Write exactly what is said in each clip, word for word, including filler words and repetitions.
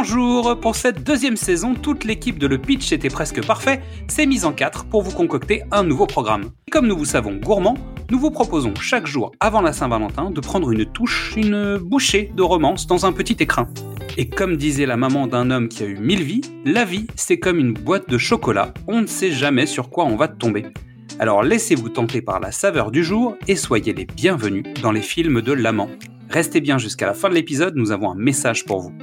Bonjour, pour cette deuxième saison, toute l'équipe de Le Pitch était presque parfait, s'est mise en quatre pour vous concocter un nouveau programme. Et comme nous vous savons gourmands, nous vous proposons chaque jour avant la Saint-Valentin de prendre une touche, une bouchée de romance dans un petit écrin. Et comme disait la maman d'un homme qui a eu mille vies, la vie c'est comme une boîte de chocolat, on ne sait jamais sur quoi on va tomber. Alors laissez-vous tenter par la saveur du jour et soyez les bienvenus dans les films de l'amant. Restez bien jusqu'à la fin de l'épisode, nous avons un message pour vous.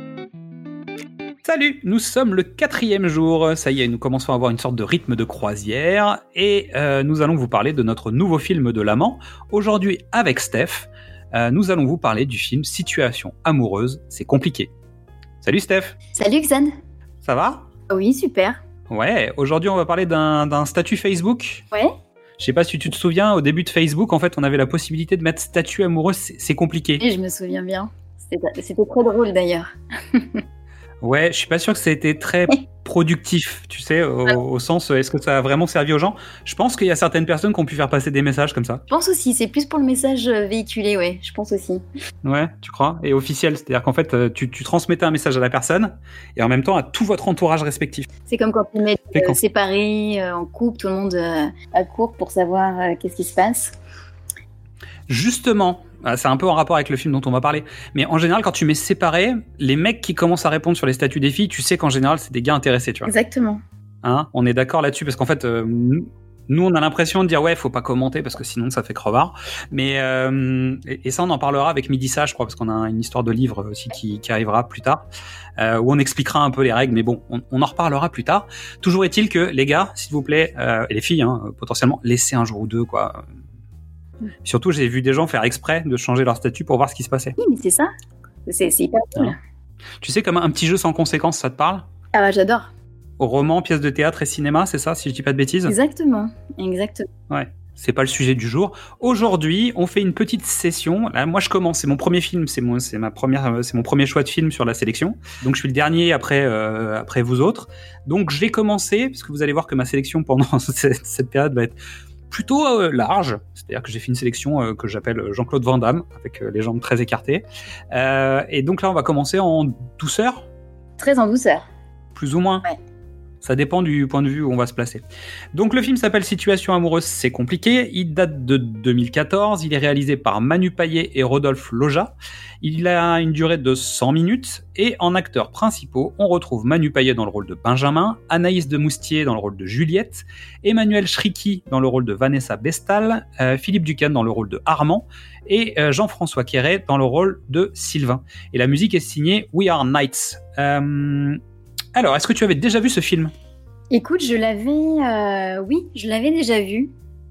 Salut, nous sommes le quatrième jour, ça y est, nous commençons à avoir une sorte de rythme de croisière et euh, nous allons vous parler de notre nouveau film de l'amant. Aujourd'hui avec Steph, euh, nous allons vous parler du film Situation amoureuse, c'est compliqué. Salut Steph. Salut Xan. Ça va ? Oui, super. Ouais, aujourd'hui on va parler d'un, d'un statut Facebook. Ouais. Je sais pas si tu te souviens, au début de Facebook, en fait, on avait la possibilité de mettre statut amoureux, c'est, c'est compliqué. Et je me souviens bien. C'était, c'était très drôle d'ailleurs. Ouais, je suis pas sûr que ça ait été très productif, tu sais, au, au sens, est-ce que ça a vraiment servi aux gens ? Je pense qu'il y a certaines personnes qui ont pu faire passer des messages comme ça. Je pense aussi, c'est plus pour le message véhiculé, ouais, je pense aussi. Ouais, tu crois ? Et officiel, c'est-à-dire qu'en fait, tu, tu transmettais un message à la personne et en même temps à tout votre entourage respectif. C'est comme quand vous êtes euh, quand... séparés, euh, en couple, tout le monde euh, accourt pour savoir euh, qu'est-ce qui se passe. Justement, c'est un peu en rapport avec le film dont on va parler, mais en général, quand tu mets séparé, les mecs qui commencent à répondre sur les statuts des filles, tu sais qu'en général, c'est des gars intéressés, tu vois. Exactement. Hein, on est d'accord là-dessus, parce qu'en fait, euh, nous, on a l'impression de dire, ouais, faut pas commenter, parce que sinon, ça fait crevard. Mais, euh, et, et ça, on en parlera avec Midissa, je crois, parce qu'on a une histoire de livre aussi qui, qui arrivera plus tard, euh, où on expliquera un peu les règles, mais bon, on, on en reparlera plus tard. Toujours est-il que, les gars, s'il vous plaît, euh, et les filles, hein, potentiellement, laissez un jour ou deux, quoi. Surtout, j'ai vu des gens faire exprès de changer leur statut pour voir ce qui se passait. Oui, mais c'est ça. C'est, c'est hyper cool. Hein. Tu sais, comme un petit jeu sans conséquence, ça te parle ? Ah bah, j'adore. Roman, pièce de théâtre et cinéma, c'est ça, si je dis pas de bêtises ? Exactement, exactement. Ouais, c'est pas le sujet du jour. Aujourd'hui, on fait une petite session. Là, moi, je commence. C'est mon premier film. C'est mon, c'est ma première, c'est mon premier choix de film sur la sélection. Donc, je suis le dernier après, euh, après vous autres. Donc, je vais commencer parce que vous allez voir que ma sélection pendant cette, cette période va être plutôt euh, large, c'est-à-dire que j'ai fait une sélection euh, que j'appelle Jean-Claude Van Damme, avec euh, les jambes très écartées. Euh, et donc là, on va commencer en douceur ? Très en douceur. Plus ou moins ? Ouais. Ça dépend du point de vue où on va se placer. Donc le film s'appelle Situation amoureuse, c'est compliqué. Il date de deux mille quatorze. Il est réalisé par Manu Payet et Rodolphe Loja. Il a une durée de cent minutes. Et en acteurs principaux, on retrouve Manu Payet dans le rôle de Benjamin, Anaïs de Moustier dans le rôle de Juliette, Emmanuel Chriki dans le rôle de Vanessa Bestal, euh, Philippe Ducan dans le rôle de Armand et euh, Jean-François Quéret dans le rôle de Sylvain. Et la musique est signée We Are Knights. Euh... Alors, est-ce que tu avais déjà vu ce film ? Écoute, je l'avais... Euh, oui, je l'avais déjà vu.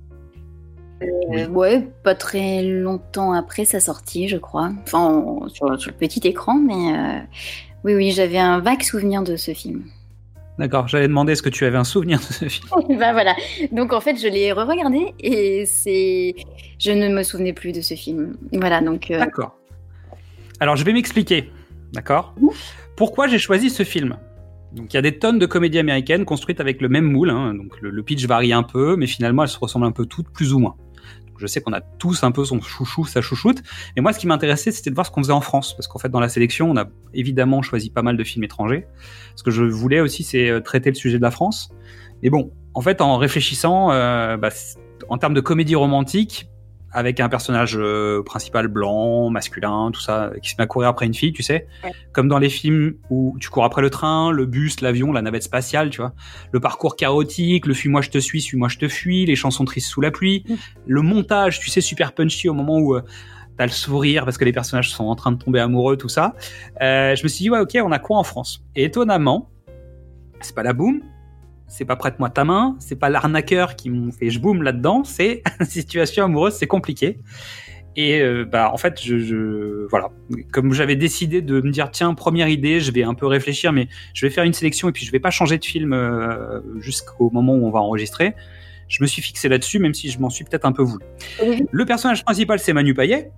Euh, oui. Ouais, pas très longtemps après sa sortie, je crois. Enfin, sur, sur le petit écran, mais... Euh, oui, oui, j'avais un vague souvenir de ce film. D'accord, j'allais demander est-ce que tu avais un souvenir de ce film ? Ben voilà, donc en fait, je l'ai re-regardé et c'est... Je ne me souvenais plus de ce film. Voilà, donc... Euh... D'accord. Alors, je vais m'expliquer, d'accord ? Mmh. Pourquoi j'ai choisi ce film ? Donc il y a des tonnes de comédies américaines construites avec le même moule, hein. Donc le, le pitch varie un peu, mais finalement elles se ressemblent un peu toutes, plus ou moins. Donc, je sais qu'on a tous un peu son chouchou, sa chouchoute, mais moi ce qui m'intéressait c'était de voir ce qu'on faisait en France, parce qu'en fait dans la sélection on a évidemment choisi pas mal de films étrangers. Ce que je voulais aussi c'est traiter le sujet de la France. Mais bon, en fait en réfléchissant, euh, bah, en termes de comédie romantique, avec un personnage euh, principal blanc, masculin, tout ça, qui se met à courir après une fille, tu sais, ouais. Comme dans les films où tu cours après le train, le bus, l'avion, la navette spatiale, tu vois, le parcours chaotique, le fuis-moi je te suis, suis-moi je te fuis, les chansons tristes sous la pluie, mmh. Le montage, tu sais, super punchy au moment où euh, t'as le sourire parce que les personnages sont en train de tomber amoureux, tout ça. Euh, je me suis dit, ouais, ok, on a quoi en France ? Et étonnamment, c'est pas la boum, c'est pas prête-moi ta main, c'est pas l'arnaqueur qui m'ont fait je boum là-dedans, c'est Situation amoureuse, c'est compliqué. Et euh, bah en fait, je, je voilà, comme j'avais décidé de me dire tiens, première idée, je vais un peu réfléchir, mais je vais faire une sélection et puis je vais pas changer de film euh, jusqu'au moment où on va enregistrer. Je me suis fixé là-dessus, même si je m'en suis peut-être un peu voulu. Oui. Le personnage principal, c'est Manu Payet.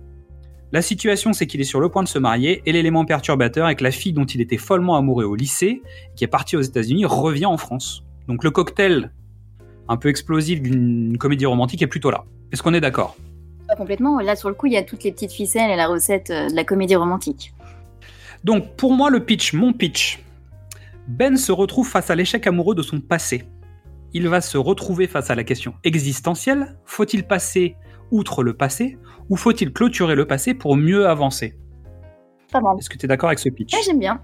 La situation, c'est qu'il est sur le point de se marier et l'élément perturbateur est que la fille dont il était follement amoureux au lycée, qui est partie aux États-Unis, revient en France. Donc le cocktail un peu explosif d'une comédie romantique est plutôt là. Est-ce qu'on est d'accord ? Complètement. Là, sur le coup, il y a toutes les petites ficelles et la recette de la comédie romantique. Donc, pour moi, le pitch, mon pitch. Ben se retrouve face à l'échec amoureux de son passé. Il va se retrouver face à la question existentielle. Faut-il passer outre le passé ou faut-il clôturer le passé pour mieux avancer ? Pas mal. Est-ce que tu es d'accord avec ce pitch ? Ouais, j'aime bien.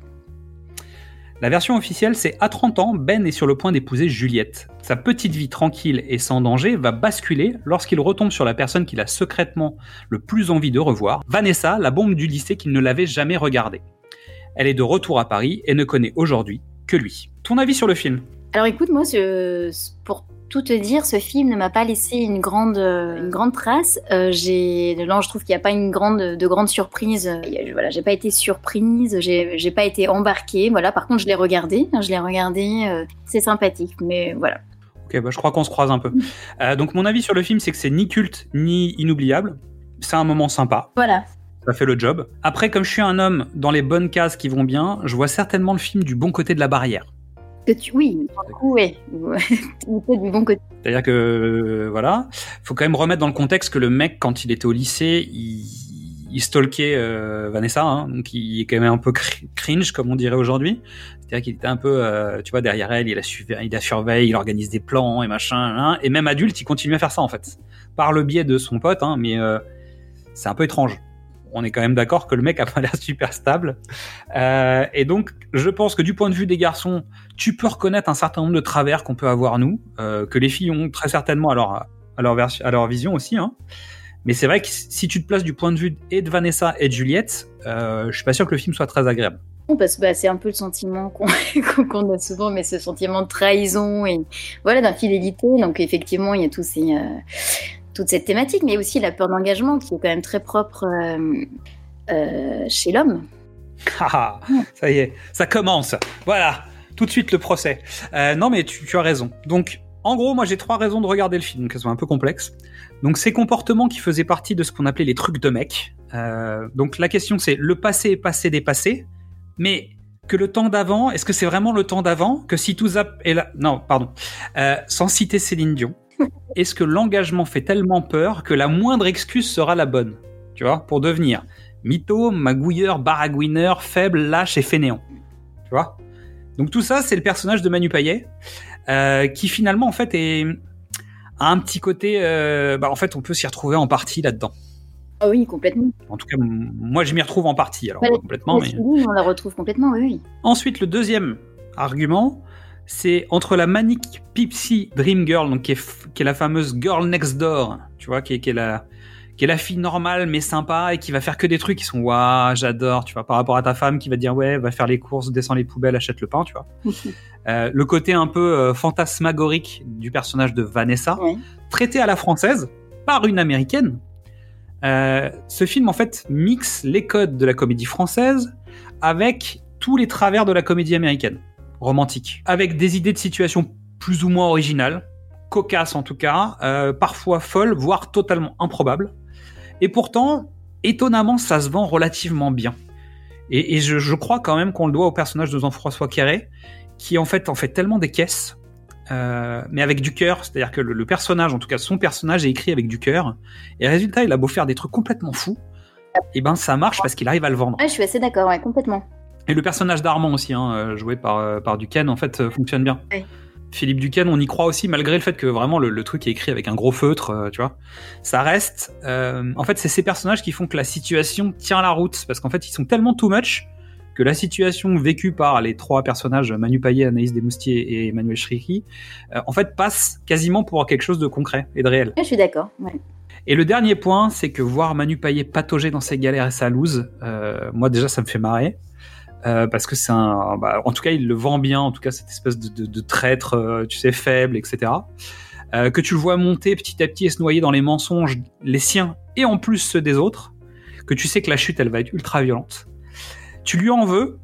La version officielle, c'est à trente ans, Ben est sur le point d'épouser Juliette. Sa petite vie tranquille et sans danger va basculer lorsqu'il retombe sur la personne qu'il a secrètement le plus envie de revoir, Vanessa, la bombe du lycée qu'il ne l'avait jamais regardée. Elle est de retour à Paris et ne connaît aujourd'hui que lui. Ton avis sur le film ? Alors écoute, moi, ce, pour tout te dire, ce film ne m'a pas laissé une grande, une grande trace. Euh, j'ai, là, je trouve qu'il n'y a pas une grande, de grande surprise. Voilà, j'ai pas été surprise, j'ai, j'ai pas été embarquée. Voilà, par contre, je l'ai regardé, je l'ai regardé, euh, c'est sympathique, mais voilà. Ok, bah je crois qu'on se croise un peu. Euh, donc mon avis sur le film, c'est que c'est ni culte ni inoubliable. C'est un moment sympa. Voilà. Ça fait le job. Après, comme je suis un homme dans les bonnes cases qui vont bien, je vois certainement le film du bon côté de la barrière. Que tu, oui, du coup, oui. Du bon côté. C'est-à-dire que, euh, voilà, faut quand même remettre dans le contexte que le mec, quand il était au lycée, il, il stalkait euh, Vanessa, hein, donc il est quand même un peu cringe, comme on dirait aujourd'hui. C'est-à-dire qu'il était un peu, euh, tu vois, derrière elle, il la, su- il la surveille, il organise des plans et machin, hein, et même adulte, il continue à faire ça, en fait. Par le biais de son pote, hein, mais euh, c'est un peu étrange. On est quand même d'accord que le mec a pas l'air super stable. Euh, et donc, je pense que du point de vue des garçons, tu peux reconnaître un certain nombre de travers qu'on peut avoir, nous, euh, que les filles ont très certainement à leur, à leur, vers- à leur vision aussi. Hein. Mais c'est vrai que si tu te places du point de vue et de Vanessa et de Juliette, euh, je suis pas sûr que le film soit très agréable. Parce que bah, c'est un peu le sentiment qu'on, qu'on a souvent, mais ce sentiment de trahison et voilà, d'infidélité. Donc effectivement, il y a tous ces... Euh... toute cette thématique, mais aussi la peur d'engagement qui est quand même très propre euh, euh, chez l'homme. Ah, ça y est, ça commence. Voilà, tout de suite le procès. Euh, non, mais tu, tu as raison. Donc, en gros, moi j'ai trois raisons de regarder le film, donc elles sont un peu complexes. Donc, ces comportements qui faisaient partie de ce qu'on appelait les trucs de mec. Euh, donc, la question c'est le passé est passé dépassé, mais que le temps d'avant, est-ce que c'est vraiment le temps d'avant ? Que si tout zap est là. Non, pardon. Euh, sans citer Céline Dion. Est-ce que l'engagement fait tellement peur que la moindre excuse sera la bonne, tu vois, pour devenir mytho, magouilleur, baragouineur, faible, lâche et fainéant, tu vois. Donc tout ça, c'est le personnage de Manu Payet, euh, qui finalement, en fait, est, a un petit côté... Euh, bah, en fait, on peut s'y retrouver en partie là-dedans. Ah oui, complètement. En tout cas, m- moi, je m'y retrouve en partie, alors Bah, pas complètement, mais... Oui, on la retrouve complètement, oui, oui. Ensuite, le deuxième argument... c'est entre la manic pixie dream girl, donc qui est, f- qui est la fameuse girl next door, tu vois, qui est, qui est la, qui est la fille normale mais sympa et qui va faire que des trucs qui sont waouh, j'adore, tu vois, par rapport à ta femme qui va dire ouais, va faire les courses, descend les poubelles, achète le pain, tu vois. euh, le côté un peu euh, fantasmagorique du personnage de Vanessa, Ouais. traité à la française par une américaine. Euh, ce film en fait mixe les codes de la comédie française avec tous les travers de la comédie américaine. Romantique, avec des idées de situation plus ou moins originales, cocasses en tout cas, euh, parfois folles, voire totalement improbables. Et pourtant, étonnamment, ça se vend relativement bien. Et, et je, je crois quand même qu'on le doit au personnage de Jean-François Quéré, qui en fait en fait tellement des caisses, euh, mais avec du cœur. C'est-à-dire que le, le personnage, en tout cas son personnage, est écrit avec du cœur. Et résultat, il a beau faire des trucs complètement fous, et ben ça marche parce qu'il arrive à le vendre. Ouais, je suis assez d'accord, ouais, complètement. Et le personnage d'Armand aussi, hein, joué par, par Duquesne, en fait, euh, fonctionne bien. Oui. Philippe Duquesne, on y croit aussi, malgré le fait que vraiment le, le truc est écrit avec un gros feutre, euh, tu vois. Ça reste... Euh, en fait, c'est ces personnages qui font que la situation tient la route, parce qu'en fait, ils sont tellement too much que la situation vécue par les trois personnages, Manu Payet, Anaïs Desmoustiers et Emmanuel Chriki, euh, en fait, passe quasiment pour quelque chose de concret et de réel. Ouais, je suis d'accord, ouais. Et le dernier point, c'est que voir Manu Payet patauger dans ses galères et sa loose, euh, moi déjà, ça me fait marrer. Euh, parce que c'est un, bah, en tout cas, il le vend bien, en tout cas, cette espèce de, de, de traître, euh, tu sais, faible, et cetera. Euh, que tu le vois monter petit à petit et se noyer dans les mensonges, les siens et en plus ceux des autres, que tu sais que la chute, elle va être ultra violente. Tu lui en veux,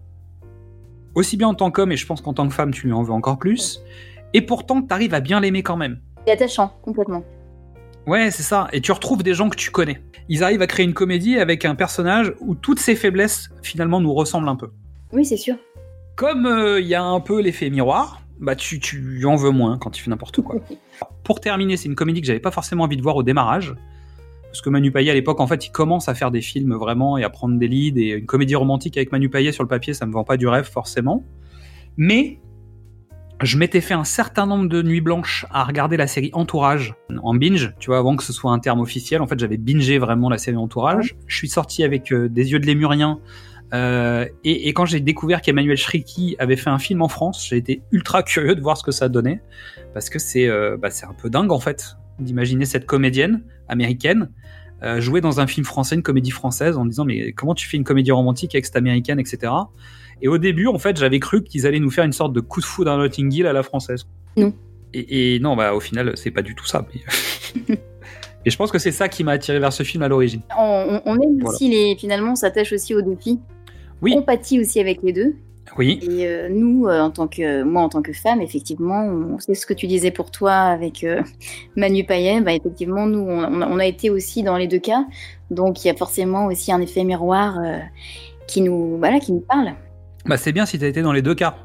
aussi bien en tant qu'homme, et je pense qu'en tant que femme, tu lui en veux encore plus, et pourtant, t'arrives à bien l'aimer quand même. C'est attachant, complètement. Ouais, c'est ça. Et tu retrouves des gens que tu connais. Ils arrivent à créer une comédie avec un personnage où toutes ses faiblesses, finalement, nous ressemblent un peu. Oui, c'est sûr. Comme il euh, y a un peu l'effet miroir, bah tu, tu en veux moins quand tu fais n'importe quoi. Pour terminer, c'est une comédie que j'avais pas forcément envie de voir au démarrage, parce que Manu Payet à l'époque, en fait, il commence à faire des films vraiment et à prendre des leads, et une comédie romantique avec Manu Payet sur le papier, ça me vend pas du rêve forcément. Mais je m'étais fait un certain nombre de nuits blanches à regarder la série Entourage en binge, tu vois, avant que ce soit un terme officiel. En fait, j'avais bingé vraiment la série Entourage. Je suis sorti avec euh, des yeux de lémurien. Euh, et, et quand j'ai découvert qu'Emmanuel Chriqui avait fait un film en France, j'ai été ultra curieux de voir ce que ça donnait, parce que c'est, euh, bah, c'est un peu dingue en fait d'imaginer cette comédienne américaine euh, jouer dans un film français, une comédie française, en disant mais comment tu fais une comédie romantique avec cette américaine, et cetera. Et au début, en fait, j'avais cru qu'ils allaient nous faire une sorte de coup de foudre à Notting Hill à la française. Non. Et, et non, bah au final, c'est pas du tout ça. Mais... et je pense que c'est ça qui m'a attiré vers ce film à l'origine. On, on aime voilà. aussi les. Finalement, on s'attache aussi aux deux filles. Oui. On compatit aussi avec les deux. Oui. Et euh, nous, euh, en tant que moi, en tant que femme, effectivement, on sait ce que tu disais pour toi avec euh, Manu Payet. Bah, effectivement, nous, on, on a été aussi dans les deux cas, donc il y a forcément aussi un effet miroir euh, qui nous, voilà, qui nous parle. Bah, c'est bien si t'as été dans les deux cas.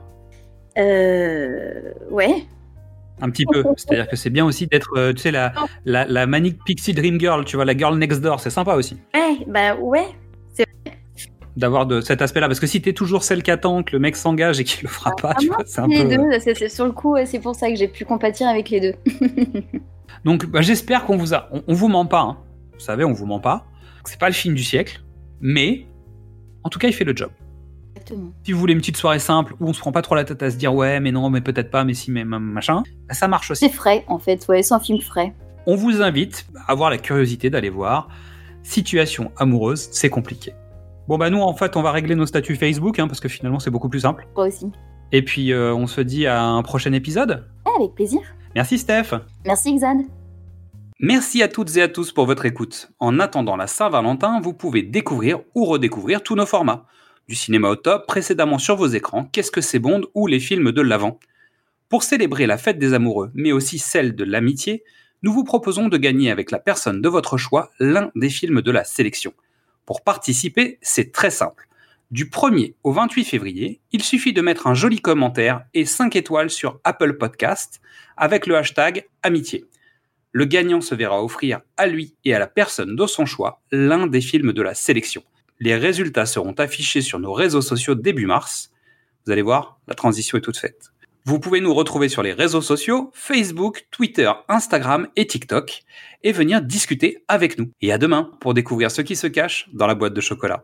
Euh, ouais. Un petit peu. C'est-à-dire que c'est bien aussi d'être, euh, tu sais, la, la, la Manic Pixie Dream Girl, tu vois, la girl next door. C'est sympa aussi. Ouais, bah ouais. D'avoir de cet aspect-là, parce que si t'es toujours celle qui attend que le mec s'engage et qu'il le fera pas, ah, tu vois, c'est un les peu... deux, c'est, c'est sur le coup, c'est pour ça que j'ai pu compatir avec les deux. Donc, bah, j'espère qu'on vous a... On, on vous ment pas, hein. Vous savez, on vous ment pas. C'est pas le film du siècle, mais en tout cas, il fait le job. Exactement. Si vous voulez une petite soirée simple, où on se prend pas trop la tête à se dire ouais, mais non, mais peut-être pas, mais si, mais machin, bah, ça marche aussi. C'est frais, en fait, ouais, c'est un film frais. On vous invite à avoir la curiosité d'aller voir Situation amoureuse, c'est compliqué. Bon bah nous en fait on va régler nos statuts Facebook hein, parce que finalement c'est beaucoup plus simple. Moi aussi. Et puis euh, on se dit à un prochain épisode. Ouais, avec plaisir. Merci Steph. Merci Xad. Merci à toutes et à tous pour votre écoute. En attendant la Saint-Valentin, vous pouvez découvrir ou redécouvrir tous nos formats. Du cinéma au top, précédemment sur vos écrans, Qu'est-ce que c'est Bond ou les films de l'Avent. Pour célébrer la fête des amoureux, mais aussi celle de l'amitié, nous vous proposons de gagner avec la personne de votre choix l'un des films de la sélection. Pour participer, c'est très simple. Du premier au vingt-huit février, il suffit de mettre un joli commentaire et cinq étoiles sur Apple Podcast avec le hashtag Amitié. Le gagnant se verra offrir à lui et à la personne de son choix l'un des films de la sélection. Les résultats seront affichés sur nos réseaux sociaux début mars. Vous allez voir, la transition est toute faite. Vous pouvez nous retrouver sur les réseaux sociaux, Facebook, Twitter, Instagram et TikTok, et venir discuter avec nous. Et à demain pour découvrir ce qui se cache dans la boîte de chocolat.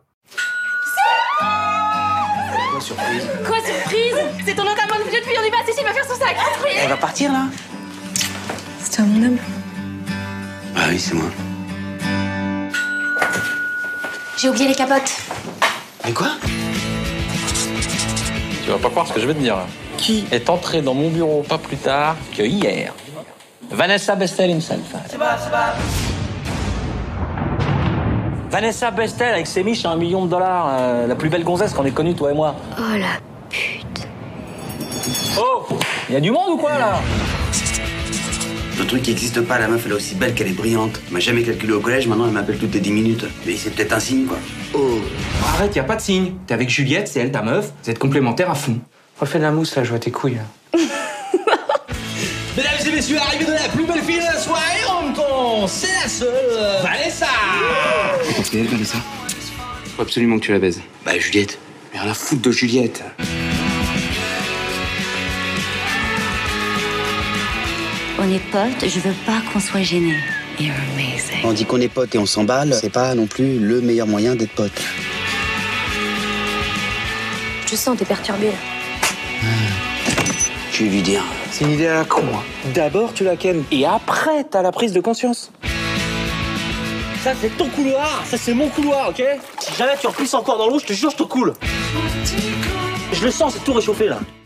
Quoi surprise ? Quoi surprise ? C'est ton enterrement de jeune fille, on y va, Cécile va faire son sac. Elle va partir là ? C'est toi mon homme ? Ah oui, c'est moi. J'ai oublié les capotes. Mais quoi ? Tu vas pas croire ce que je vais te dire. Qui est entré dans mon bureau pas plus tard que hier ? Vanessa Bestel himself. C'est pas, c'est pas. Vanessa Bestel avec ses miches à un million de dollars, euh, la plus belle gonzesse qu'on ait connue, toi et moi. Oh la pute. Oh, il y a du monde ou quoi là ? Le truc qui existe pas, la meuf elle est aussi belle qu'elle est brillante. Elle m'a jamais calculé au collège, maintenant elle m'appelle toutes les dix minutes. Mais c'est peut-être un signe quoi. Oh. Arrête, y a pas de signe. T'es avec Juliette, c'est elle ta meuf. Vous êtes complémentaires à fond. Refais de la mousse là, je vois tes couilles. Mesdames et messieurs, arrivée de la plus belle fille de la soirée, en même temps, c'est la seule Vanessa. C'est elle, Vanessa ? Faut absolument que tu la baises. Bah Juliette. Mais rien à foutre de Juliette. On est potes, je veux pas qu'on soit gênés. You're amazing. On dit qu'on est potes et on s'emballe, c'est pas non plus le meilleur moyen d'être potes. Je sens, t'es perturbé là. Ah. Je vais lui dire. C'est une idée à la con. Hein. D'abord tu la kennes et après t'as la prise de conscience. Ça c'est ton couloir, ça c'est mon couloir, ok ? Si jamais tu replisses encore dans l'eau, je te jure, je te coule. Je le sens, c'est tout réchauffé là.